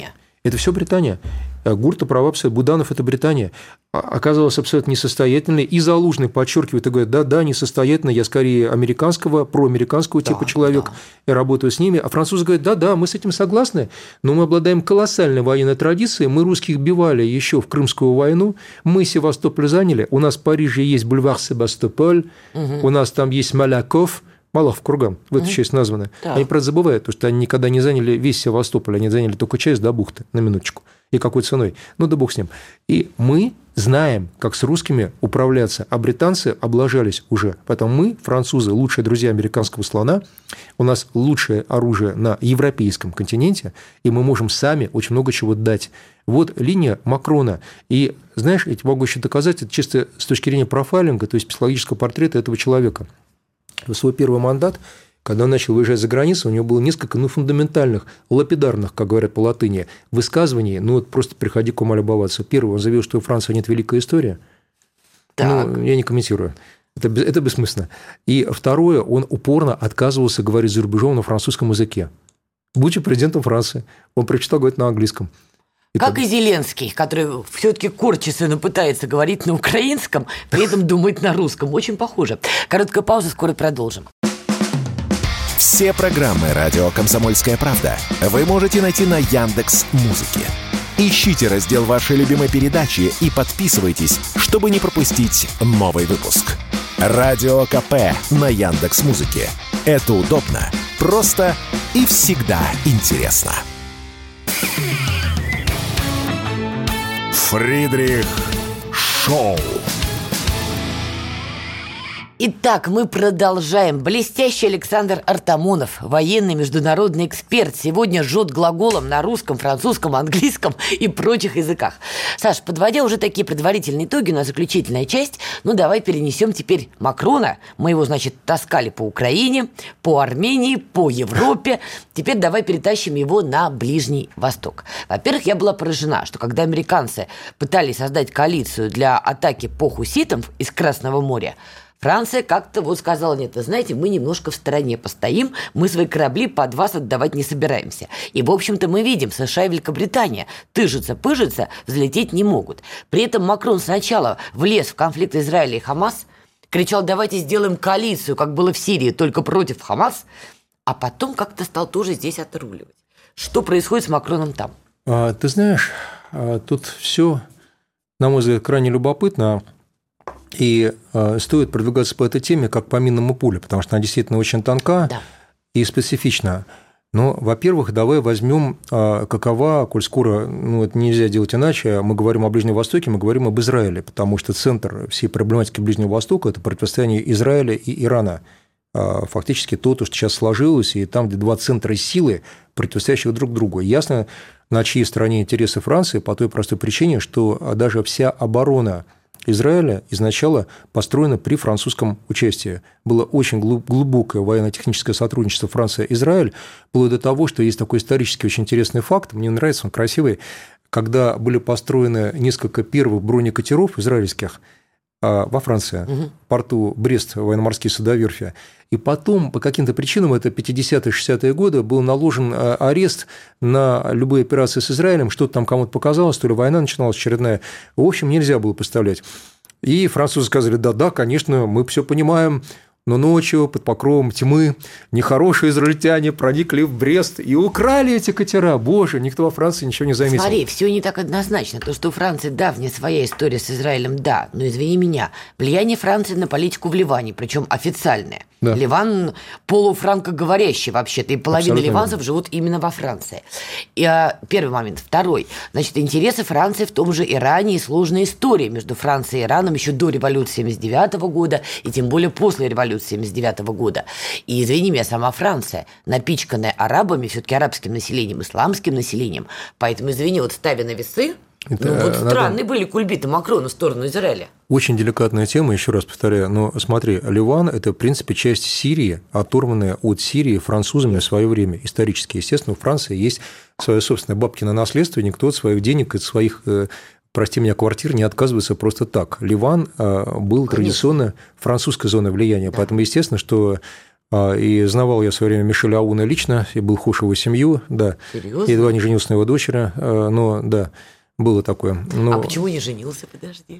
Это все Британия. Гурта права, Буданов – это Британия. Оказалось абсолютно несостоятельной. И Залужный подчеркивает и говорит, да-да, несостоятельно, я скорее американского, проамериканского типа да, человек, да. я работаю с ними. А французы говорят, да-да, мы с этим согласны, но мы обладаем колоссальной военной традицией, мы русских бивали еще в Крымскую войну, мы Севастополь заняли, у нас в Париже есть бульвар Себастополь, угу. у нас там есть Маляков, Малахов курган, в эту угу. честь названы. Да. Они, правда, забывают, потому что они никогда не заняли весь Севастополь, они заняли только часть до бухты, на минуточку. И какой ценой? Ну, да бог с ним. И мы знаем, как с русскими управляться, а британцы облажались уже. Поэтому мы, французы, лучшие друзья американского слона, у нас лучшее оружие на европейском континенте, и мы можем сами очень много чего дать. Вот линия Макрона. И, знаешь, я тебе могу еще доказать, это чисто с точки зрения профайлинга, то есть психологического портрета этого человека. В свой первый мандат, когда он начал выезжать за границу, у него было несколько ну, фундаментальных, лапидарных, как говорят по латыни, высказываний. Ну, вот просто приходи к ума любоваться. Первое, он заявил, что у Франции нет великой истории. Так. Ну, я не комментирую. Это, это бессмысленно. И второе, он упорно отказывался говорить за рубежом на французском языке. Будучи президентом Франции, он предпочитал говорить на английском. И как так... и Зеленский, который все-таки корчится, но пытается говорить на украинском, при этом думает на русском. Очень похоже. Короткая пауза, скоро продолжим. Все программы «Радио Комсомольская правда» вы можете найти на Яндекс.Музыке. Ищите раздел вашей любимой передачи и подписывайтесь, чтобы не пропустить новый выпуск. Радио КП на Яндекс.Музыке. Это удобно, просто и всегда интересно. Фридрих Шоу. Итак, мы продолжаем. Блестящий Александр Артамонов, военный международный эксперт, сегодня жжет глаголом на русском, французском, английском и прочих языках. Саш, подводя уже такие предварительные итоги, у нас заключительная часть, ну давай перенесем теперь Макрона. Мы его, значит, таскали по Украине, по Армении, по Европе. Теперь давай перетащим его на Ближний Восток. Во-первых, я была поражена, что когда американцы пытались создать коалицию для атаки по хуситам из Красного моря, Франция как-то вот сказала, нет, вы знаете, мы немножко в стороне постоим, мы свои корабли под вас отдавать не собираемся. И, в общем-то, мы видим, США и Великобритания тыжатся-пыжатся, взлететь не могут. При этом Макрон сначала влез в конфликт Израиля и Хамас, кричал, давайте сделаем коалицию, как было в Сирии, только против Хамас, а потом как-то стал тоже здесь отруливать. Что происходит с Макроном там? А, ты знаешь, тут все, на мой взгляд, крайне любопытно. И э, стоит продвигаться по этой теме как по минному полю, потому что она действительно очень тонка да. и специфична. Но, во-первых, давай возьмем, э, какова, коль скоро, ну, это нельзя делать иначе, мы говорим о Ближнем Востоке, мы говорим об Израиле, потому что центр всей проблематики Ближнего Востока – это противостояние Израиля и Ирана. Э, фактически то, что сейчас сложилось, и там, где два центра силы, противостоящих друг другу. Ясно, на чьей стороне интересы Франции, по той простой причине, что даже вся оборона Израиля изначально построена при французском участии. Было очень глубокое военно-техническое сотрудничество Франция-Израиль, вплоть до того, что есть такой исторически очень интересный факт, мне нравится, он красивый, когда были построены несколько первых бронекатеров израильских во Франции, угу. в порту Брест, военно-морские судоверфи. И потом, по каким-то причинам, это пятидесятые-шестидесятые годы, был наложен арест на любые операции с Израилем, что-то там кому-то показалось, то ли война начиналась очередная. В общем, нельзя было поставлять. И французы сказали, да-да, конечно, мы все понимаем, но ночью под покровом тьмы нехорошие израильтяне проникли в Брест и украли эти катера. Боже, никто во Франции ничего не заметил. Смотри, все не так однозначно. То, что у Франции давняя своя история с Израилем, да, но извини меня, влияние Франции на политику в Ливане, причем официальное. Да. Ливан полуфранкоговорящий вообще-то, и половина абсолютно ливанцев верно. Живут именно во Франции. И, а, первый момент. Второй. Значит, интересы Франции в том же Иране и сложная история между Францией и Ираном еще до революции семьдесят девятого года и тем более после революции семьдесят девятого года. И, извини меня, сама Франция, напичканная арабами, все-таки арабским населением, исламским населением. Поэтому, извини, вот ставя на весы, это, ну, вот надо... странные были кульбиты Макрона в сторону Израиля. Очень деликатная тема, еще раз повторяю. Но смотри, Ливан – это, в принципе, часть Сирии, оторванная от Сирии французами в свое время. Исторически, естественно, у Франции есть свое собственное бабкино наследство, и никто от своих денег, от своих, прости меня, квартир не отказывается просто так. Ливан был Конечно. Традиционно французской зоной влияния, да. Поэтому, естественно, что И знавал я в свое время Мишеля Ауна лично, и был вхож в его семью, да. Серьезно? Едва не женился на его дочери, но да, было такое. Но... А почему не женился, подожди?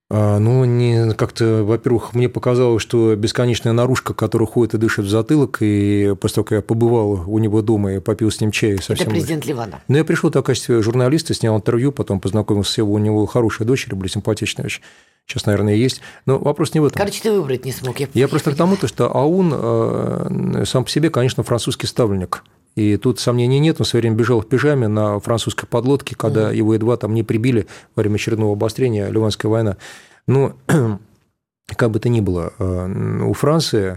Ну, не, как-то, во-первых, мне показалось, что бесконечная наружка, которая ходит и дышит в затылок, и после того, как я побывал у него дома и попил с ним чай... Это совсем... президент Ливана. Ну, я пришел в качестве журналиста, снял интервью, потом познакомился с его, у него хорошая дочь, были симпатичная очень. Сейчас, наверное, есть. Но вопрос не в этом. Короче, ты выбрать не смог. Я, я просто к тому, что Аун сам по себе, конечно, французский ставленник. И тут сомнений нет. Он в свое время бежал в пижаме на французской подлодке, когда mm. его едва там не прибили во время очередного обострения, Ливанская война. Но как бы то ни было, у Франции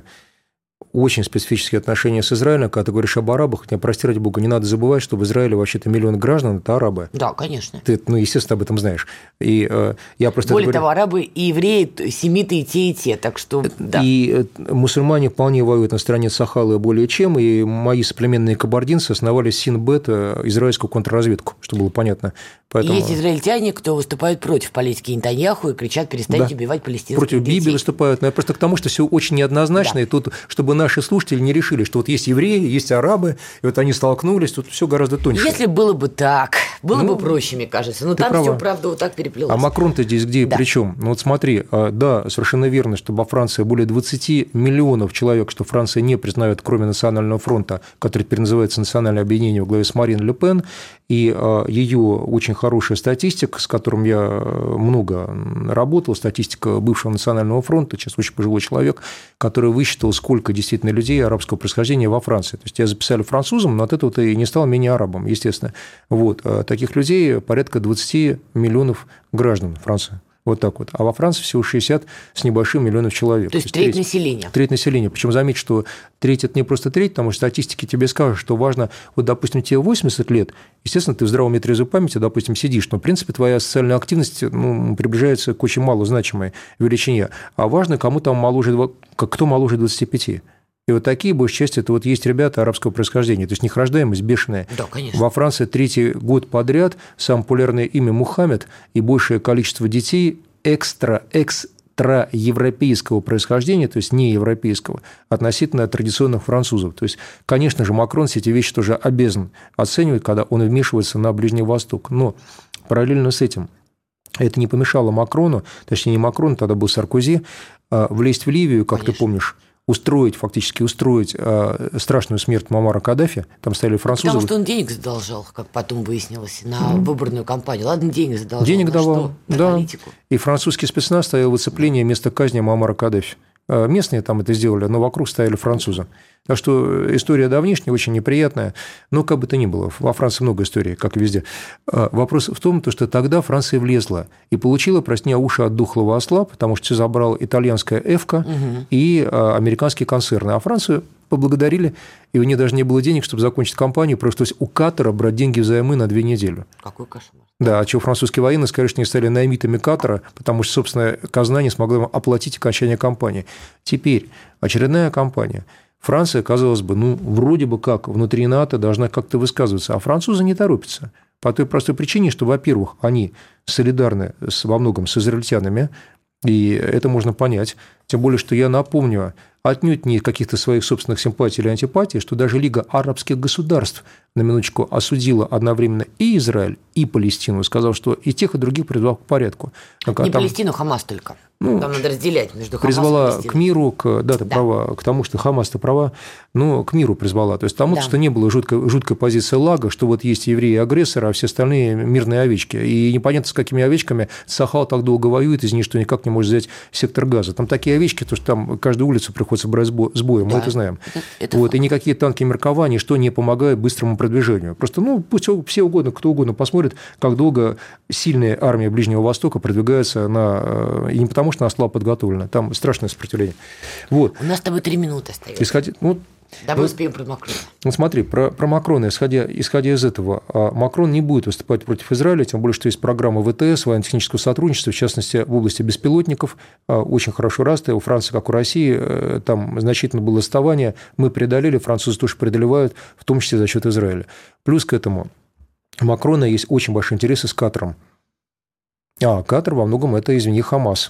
очень специфические отношения с Израилем. Когда ты говоришь об арабах, хотя, прости ради бога, не надо забывать, что в Израиле вообще-то миллион граждан – это арабы. Да, конечно. Ты, ну, естественно, об этом знаешь. И, э, я просто Более говорю... того, арабы и евреи, семиты и те, и те, так что… Да. И мусульмане вполне воюют на стороне Сахалы более чем, и мои соплеменные кабардинцы основали Синбет, израильскую контрразведку, чтобы было понятно. Поэтому... Есть израильтяне, кто выступают против политики Нетаньяху и кричат: перестаньте да. убивать палестинских против детей. Биби выступают. Но я просто к тому, что все очень неоднозначно, да. и тут, чтобы наши слушатели не решили, что вот есть евреи, есть арабы, и вот они столкнулись, тут все гораздо тоньше. Если было бы так, было ну, бы проще, мне кажется. Но там права. все, правда, вот так переплелось. А Макрон-то здесь где и да. при чем? Ну вот смотри, да, совершенно верно, что во Франции более двадцать миллионов человек, что Франция не признает, кроме Национального фронта, который теперь называется Национальное объединение во главе с Марин Ле Пен, и ее очень хорошая статистика, с которым я много работал, статистика бывшего Национального фронта, сейчас очень пожилой человек, который высчитал, сколько действительно людей арабского происхождения во Франции. То есть тебя записали французом, но от этого ты и не стал менее арабом, естественно. Вот. Таких людей порядка двадцать миллионов граждан Франции. Вот так вот. А во Франции всего шестьдесят с небольшим миллионов человек. То есть, То есть треть, треть населения. Треть населения. Причем заметь, что треть – это не просто треть, потому что статистики тебе скажут, что важно, вот, допустим, тебе восемьдесят лет, естественно, ты в здравом уме трезвой памяти, допустим, сидишь, но, в принципе, твоя социальная активность ну, приближается к очень малозначимой величине. А важно, кому там моложе, кто моложе двадцати пяти. И вот такие, большей части, это вот есть ребята арабского происхождения, то есть их рождаемость бешеная. Да, конечно. Во Франции третий год подряд самое популярное имя Мухаммед и большее количество детей экстра, экстра европейского происхождения, то есть не европейского, относительно традиционных французов. То есть, конечно же, Макрон все эти вещи тоже обязан оценивать, когда он вмешивается на Ближний Восток. Но параллельно с этим это не помешало Макрону, точнее, не Макрону, тогда был Саркози, влезть в Ливию, как конечно. Ты помнишь, устроить, фактически устроить э, страшную смерть Муаммара Каддафи, там стояли французы. Потому что он денег задолжал, как потом выяснилось, на mm-hmm. выборную кампанию. Ладно, денег задолжал, денег на давал, что? На да. политику. И французский спецназ стоял в оцеплении места казни Муаммара Каддафи. Местные там это сделали, но вокруг стояли французы. Так что история давнишняя, очень неприятная, но как бы то ни было, во Франции много историй, как и везде. Вопрос в том, что тогда Франция влезла и получила, прости, уши от духлого осла, потому что все забрал итальянская «Эвка» угу. и американские концерны, а Францию поблагодарили, и у нее даже не было денег, чтобы закончить кампанию, просто у Катара брать деньги взаймы на две недели. Какой кошмар. Да, а чего французские военные, конечно, не стали наймитами Катара, потому что, собственно, казна не смогла оплатить окончание кампании. Теперь очередная кампания. Франция, казалось бы, ну, вроде бы как внутри НАТО должна как-то высказываться, а французы не торопятся. По той простой причине, что, во-первых, они солидарны во многом с израильтянами, и это можно понять. Тем более, что я напомню, отнюдь не каких-то своих собственных симпатий или антипатий, что даже Лига арабских государств, на минуточку, осудила одновременно и Израиль, и Палестину, сказав, что и тех, и других призвал к порядку. Не там, Палестину, Хамас только. Ну, там надо разделять между Хамасом призвала и Палестиной. К миру, к, да, ты да. права, к тому, что Хамас-то права, но к миру призвала. То есть, тому, да. что не было жуткой, жуткой позиции Лага, что вот есть евреи-агрессоры, а все остальные мирные овечки. И непонятно, с какими овечками Сахал так долго воюет, из них что никак не может взять сектор Газа. Там такие овечки, то что там каждую улицу приходится брать с боем, да. мы это знаем. Это, это вот, и никакие танки Меркава, что не помогают быстрому продвижению. Просто, ну, пусть все угодно, кто угодно посмотрит, как долго сильная армия Ближнего Востока продвигается на... И не потому, что она слабо подготовлена. Там страшное сопротивление. Вот. У нас с тобой три минуты остается. Исходя, ну, Давай ну, успеем про Макрона. Ну, смотри, про, про Макрона, исходя, исходя из этого, Макрон не будет выступать против Израиля, тем более, что есть программа ВТС, военно-технического сотрудничества, в частности, в области беспилотников, очень хорошо развитая, у Франции, как у России, там значительно было отставание, мы преодолели, французы тоже преодолевают, в том числе за счет Израиля. Плюс к этому у Макрона есть очень большие интересы с Катаром. А Катар во многом это, извини, Хамас. То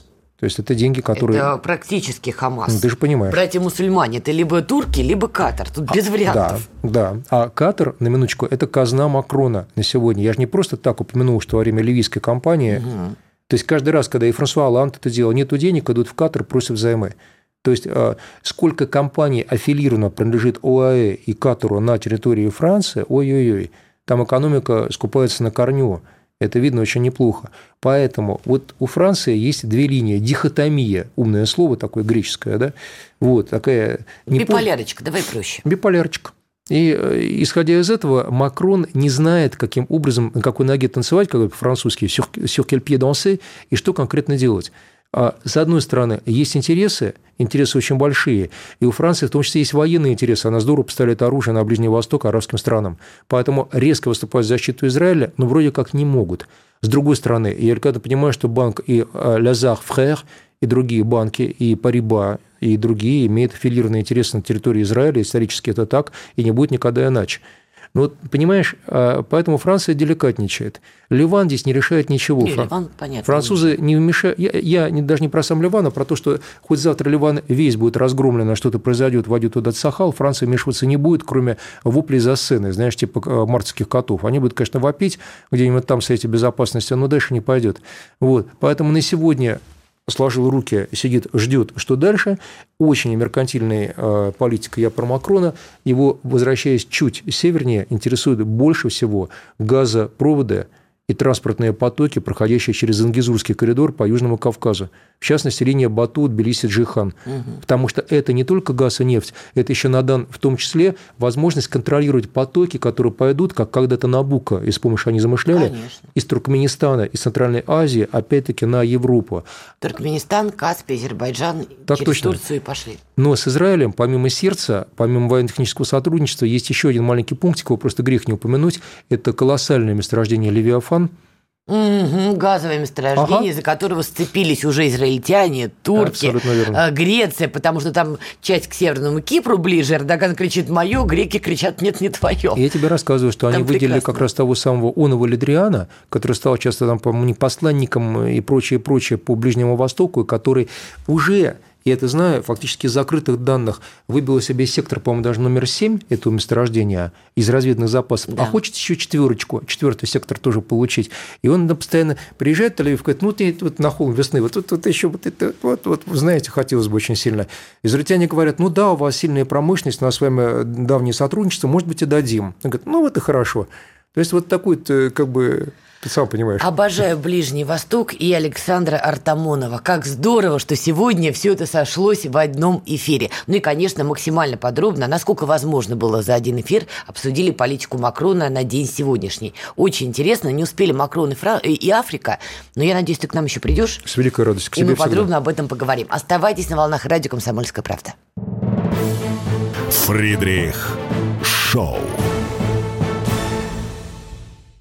То есть это деньги, которые... Это практически Хамас. Ну, ты же понимаешь. Братья-мусульмане, это либо турки, либо Катар. Тут без вариантов. Да, да. А Катар, на минуточку, это казна Макрона на сегодня. Я же не просто так упомянул, что во время ливийской кампании... Угу. То есть каждый раз, когда и Франсуа Олланд это делал, нету денег, идут в Катар, просят взаймы. То есть сколько компаний аффилированно принадлежит ОАЭ и Катару на территории Франции, ой-ой-ой, там экономика скупается на корню. Это видно очень неплохо. Поэтому вот у Франции есть две линии. Дихотомия, умное слово такое греческое, да? Вот такая... Биполярочка, давай проще. Биполярочка. И исходя из этого, Макрон не знает, каким образом, на какой ноге танцевать, как по-французски, sur quel pied danser, и что конкретно делать. С одной стороны, есть интересы, интересы очень большие, и у Франции в том числе есть военные интересы, она здорово поставляет оружие на Ближний Восток арабским странам, поэтому резко выступать в защиту Израиля, ну, вроде как не могут. С другой стороны, я когда понимаю, что банк и Lazare Frères, и другие банки, и Париба, и другие имеют аффилированные интересы на территории Израиля, исторически это так, и не будет никогда иначе. Ну, вот, понимаешь, поэтому Франция деликатничает. Ливан здесь не решает ничего. Не, Ливан, понятно. Французы не вмешают. Я, я не, даже не про сам Ливан, а про то, что хоть завтра Ливан весь будет разгромлен, а что-то произойдет, войдет туда Цахал, Франция вмешиваться не будет, кроме воплей за сценой, знаешь, типа мартовских котов. Они будут, конечно, вопить где-нибудь там в Совете Безопасности, но дальше не пойдет. Вот. Поэтому на сегодня... сложил руки, сидит, ждет, что дальше. Очень меркантильная э, политика, я про Макрона. Его, возвращаясь чуть севернее, интересует больше всего газопроводы и транспортные потоки, проходящие через Зангезурский коридор по Южному Кавказу. В частности, линия Бату, Тбилиси, Джейхан. Угу. Потому что это не только газ и нефть, это еще надан в том числе возможность контролировать потоки, которые пойдут, как когда-то Набуко, и с помощью они замышляли, конечно, из Туркменистана, из Центральной Азии, опять-таки на Европу. Туркменистан, Каспий, Азербайджан, так через точно. Турцию и пошли. Но с Израилем, помимо сердца, помимо военно-технического сотрудничества, есть еще один маленький пунктик, его просто грех не упомянуть, это колоссальное месторождение Левиафан. Угу, газовое месторождение, ага, за которого сцепились уже израильтяне, турки, Греция, потому что там часть к Северному Кипру ближе, Эрдоган кричит «моё», греки кричат «нет, не твоё». Я тебе рассказываю, что там они выделили прекрасно. Как раз того самого Онова Ледриана, который стал часто там, по-моему, посланником и прочее, прочее по Ближнему Востоку, и который уже... Я это знаю, фактически из закрытых данных выбило себе сектор, по-моему, даже номер семь этого месторождения из разведных запасов, да, а хочет еще четверочку, четвертый сектор тоже получить. И он постоянно приезжает в Тель-Авив, говорит, ну, ты вот на холм весны, вот тут вот, вот еще вот это, вот, вот, знаете, хотелось бы очень сильно. Израильтяне говорят, ну да, у вас сильная промышленность, у нас с вами давнее сотрудничество, может быть, и дадим. Он говорит, ну, вот и хорошо. То есть вот такой как бы... Ты сам понимаешь. Обожаю Ближний Восток и Александра Артамонова. Как здорово, что сегодня все это сошлось в одном эфире. Ну и, конечно, максимально подробно, насколько возможно было за один эфир, обсудили политику Макрона на день сегодняшний. Очень интересно. Не успели Макрон и, Фра... и Африка, но я надеюсь, ты к нам еще придешь. С великой радостью. К себе и мы всегда подробно об этом поговорим. Оставайтесь на волнах радио «Комсомольская правда». Фридрих Шоу.